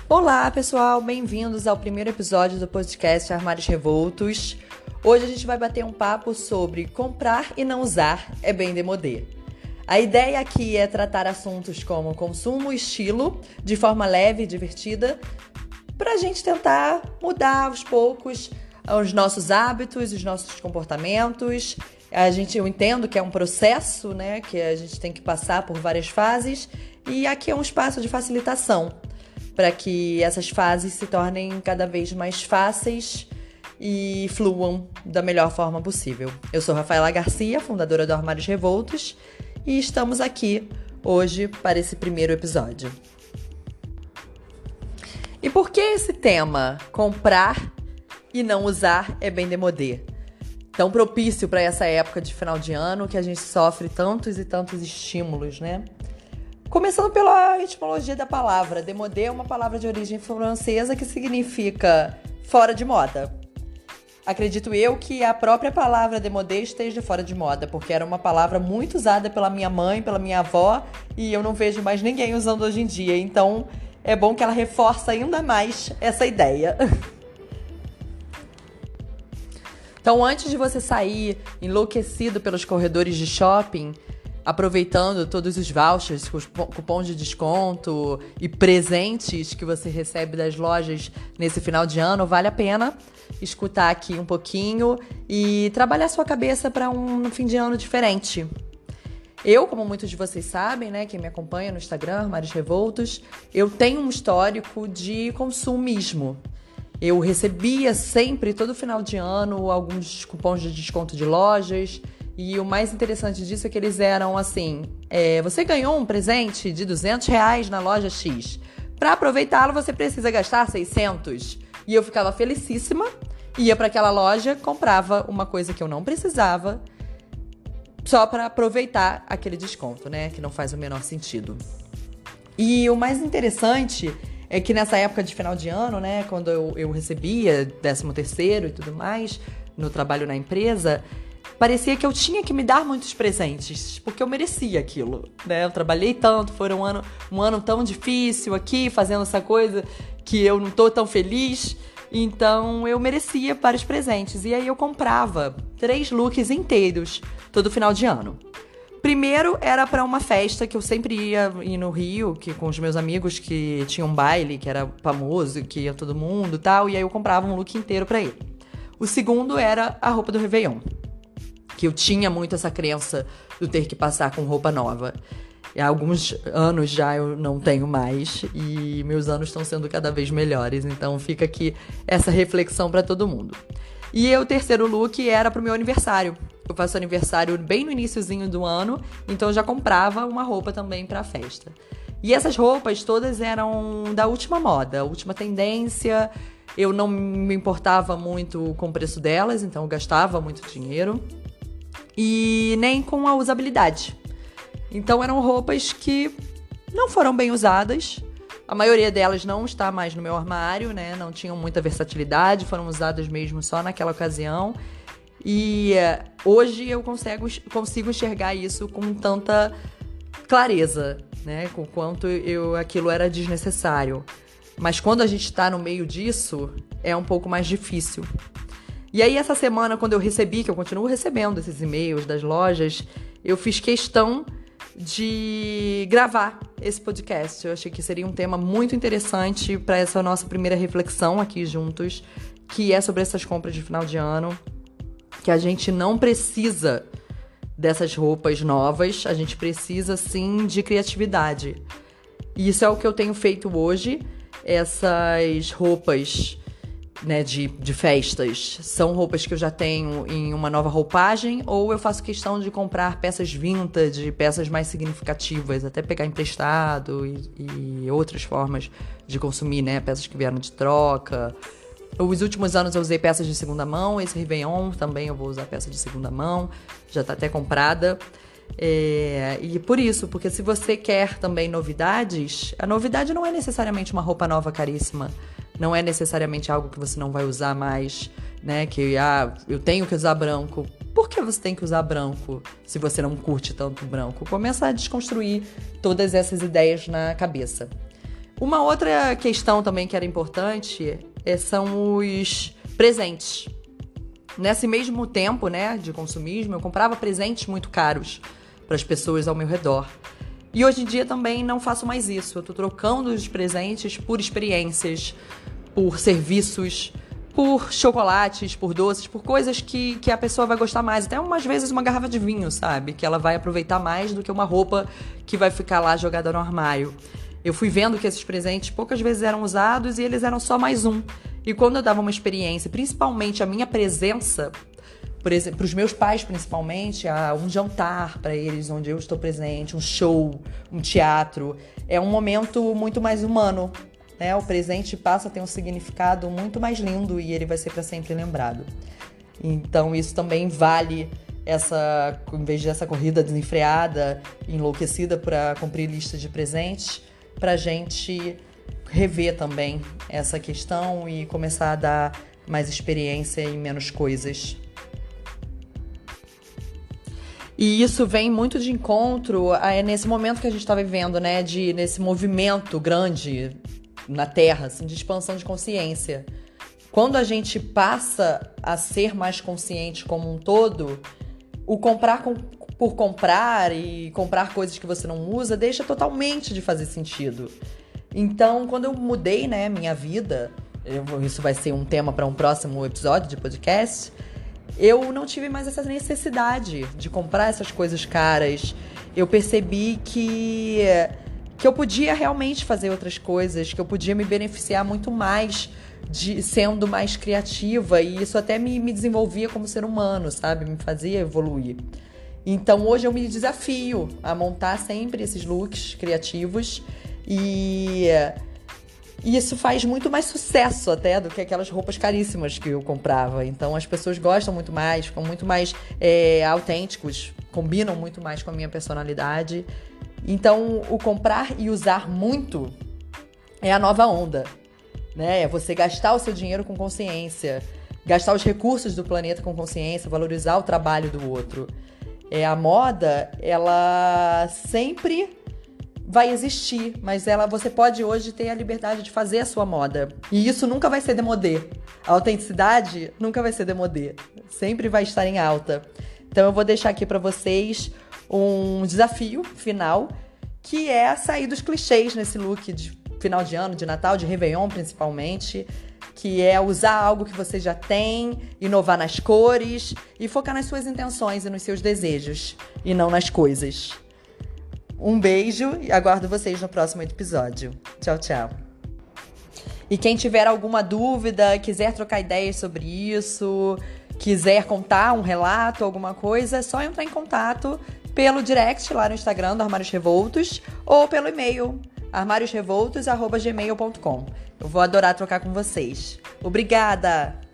Olá, pessoal, bem-vindos ao primeiro episódio do podcast Armários Revoltos. Hoje a gente vai bater um papo sobre comprar e não usar é bem demodê. A ideia aqui é tratar assuntos como consumo e estilo de forma leve e divertida para a gente tentar mudar aos poucos os nossos hábitos, os nossos comportamentos. Eu entendo que é um processo, né, que a gente tem que passar por várias fases e aqui é um espaço de facilitação para que essas fases se tornem cada vez mais fáceis e fluam da melhor forma possível. Eu sou Rafaela Garcia, fundadora do Armários Revoltos, e estamos aqui hoje para esse primeiro episódio. E por que esse tema, comprar e não usar, é bem demodê? Tão propício para essa época de final de ano que a gente sofre tantos e tantos estímulos, né? Começando pela etimologia da palavra. Demodê é uma palavra de origem francesa que significa fora de moda. Acredito eu que a própria palavra demodê esteja fora de moda, porque era uma palavra muito usada pela minha mãe, pela minha avó, e eu não vejo mais ninguém usando hoje em dia. Então, é bom que ela reforça ainda mais essa ideia. Então, antes de você sair enlouquecido pelos corredores de shopping, aproveitando todos os vouchers, os cupons de desconto e presentes que você recebe das lojas nesse final de ano, vale a pena escutar aqui um pouquinho e trabalhar sua cabeça para um fim de ano diferente. Eu, como muitos de vocês sabem, né, quem me acompanha no Instagram, Armários Revoltos, eu tenho um histórico de consumismo. Eu recebia sempre, todo final de ano, alguns cupons de desconto de lojas. E o mais interessante disso é que eles eram assim, você ganhou um presente de R$200 na loja X. Para aproveitá-lo, você precisa gastar 600. E eu ficava felicíssima, ia para aquela loja, comprava uma coisa que eu não precisava, só para aproveitar aquele desconto, né? Que não faz o menor sentido. E o mais interessante é que nessa época de final de ano, né? Quando eu recebia 13º e tudo mais, no trabalho na empresa, parecia que eu tinha que me dar muitos presentes, porque eu merecia aquilo, né? Eu trabalhei tanto, foi um ano tão difícil aqui, fazendo essa coisa que eu não tô tão feliz, então eu merecia vários presentes. E aí eu comprava 3 looks inteiros todo final de ano. Primeiro era para uma festa que eu sempre ia ir no Rio, que com os meus amigos que tinha um baile, que era famoso, que ia todo mundo e tal, e aí eu comprava um look inteiro para ele. O segundo era a roupa do Réveillon, que eu tinha muito essa crença de ter que passar com roupa nova. Há alguns anos já eu não tenho mais e meus anos estão sendo cada vez melhores, então fica aqui essa reflexão para todo mundo. E o terceiro look era pro meu aniversário. Eu faço aniversário bem no iniciozinho do ano, então eu já comprava uma roupa também para a festa. E essas roupas todas eram da última moda, a última tendência. Eu não me importava muito com o preço delas, então eu gastava muito dinheiro. E nem com a usabilidade. Então eram roupas que não foram bem usadas. A maioria delas não está mais no meu armário, né? Não tinham muita versatilidade, foram usadas mesmo só naquela ocasião. E hoje eu consigo enxergar isso com tanta clareza, né? Com quanto aquilo era desnecessário. Mas quando a gente está no meio disso, é um pouco mais difícil. E aí, essa semana, quando eu recebi, que eu continuo recebendo esses e-mails das lojas, eu fiz questão de gravar esse podcast. Eu achei que seria um tema muito interessante para essa nossa primeira reflexão aqui juntos, que é sobre essas compras de final de ano, que a gente não precisa dessas roupas novas, a gente precisa, sim, de criatividade. E isso é o que eu tenho feito hoje. Essas roupas, né, de festas, são roupas que eu já tenho em uma nova roupagem, ou eu faço questão de comprar peças vintage, peças mais significativas, até pegar emprestado e outras formas de consumir, né, peças que vieram de troca. Os últimos anos eu usei peças de segunda mão, esse Réveillon também eu vou usar peça de segunda mão, já tá até comprada. E por isso, porque se você quer também novidades, a novidade não é necessariamente uma roupa nova caríssima, não é necessariamente algo que você não vai usar mais, né? Que eu tenho que usar branco. Por que você tem que usar branco se você não curte tanto branco? Começa a desconstruir todas essas ideias na cabeça. Uma outra questão também que era importante são os presentes. Nesse mesmo tempo, né, de consumismo, eu comprava presentes muito caros para as pessoas ao meu redor. E hoje em dia também não faço mais isso. Eu tô trocando os presentes por experiências, por serviços, por chocolates, por doces, por coisas que a pessoa vai gostar mais. Até umas vezes uma garrafa de vinho, sabe? Que ela vai aproveitar mais do que uma roupa que vai ficar lá jogada no armário. Eu fui vendo que esses presentes poucas vezes eram usados e eles eram só mais um. E quando eu dava uma experiência, principalmente a minha presença, por exemplo, para os meus pais principalmente, um jantar para eles onde eu estou presente, um show, um teatro, é um momento muito mais humano, né? O presente passa a ter um significado muito mais lindo e ele vai ser para sempre lembrado. Então isso também vale em vez dessa corrida desenfreada, enlouquecida para cumprir listas de presentes, pra gente rever também essa questão e começar a dar mais experiência e menos coisas. E isso vem muito de encontro nesse momento que a gente está vivendo, né? Nesse movimento grande na Terra, assim, de expansão de consciência. Quando a gente passa a ser mais consciente como um todo, o comprar por comprar e comprar coisas que você não usa deixa totalmente de fazer sentido. Então, quando eu mudei, né, minha vida, isso vai ser um tema para um próximo episódio de podcast, eu não tive mais essa necessidade de comprar essas coisas caras. Eu percebi que eu podia realmente fazer outras coisas, que eu podia me beneficiar muito mais sendo mais criativa, e isso até me desenvolvia como ser humano, sabe? Me fazia evoluir. Então hoje eu me desafio a montar sempre esses looks criativos e isso faz muito mais sucesso até do que aquelas roupas caríssimas que eu comprava. Então as pessoas gostam muito mais, ficam muito mais autênticos, combinam muito mais com a minha personalidade. Então o comprar e usar muito é a nova onda, né? É você gastar o seu dinheiro com consciência, gastar os recursos do planeta com consciência, valorizar o trabalho do outro. A moda, ela sempre vai existir, mas você pode hoje ter a liberdade de fazer a sua moda. E isso nunca vai ser demodê. A autenticidade nunca vai ser demodê. Sempre vai estar em alta. Então eu vou deixar aqui para vocês um desafio final, que é sair dos clichês nesse look de final de ano, de Natal, de Réveillon principalmente, que é usar algo que você já tem, inovar nas cores e focar nas suas intenções e nos seus desejos, e não nas coisas. Um beijo e aguardo vocês no próximo episódio. Tchau, tchau. E quem tiver alguma dúvida, quiser trocar ideias sobre isso, quiser contar um relato, alguma coisa, é só entrar em contato pelo direct lá no Instagram do Armários Revoltos ou pelo e-mail armariosrevoltos@gmail.com. Eu vou adorar trocar com vocês. Obrigada!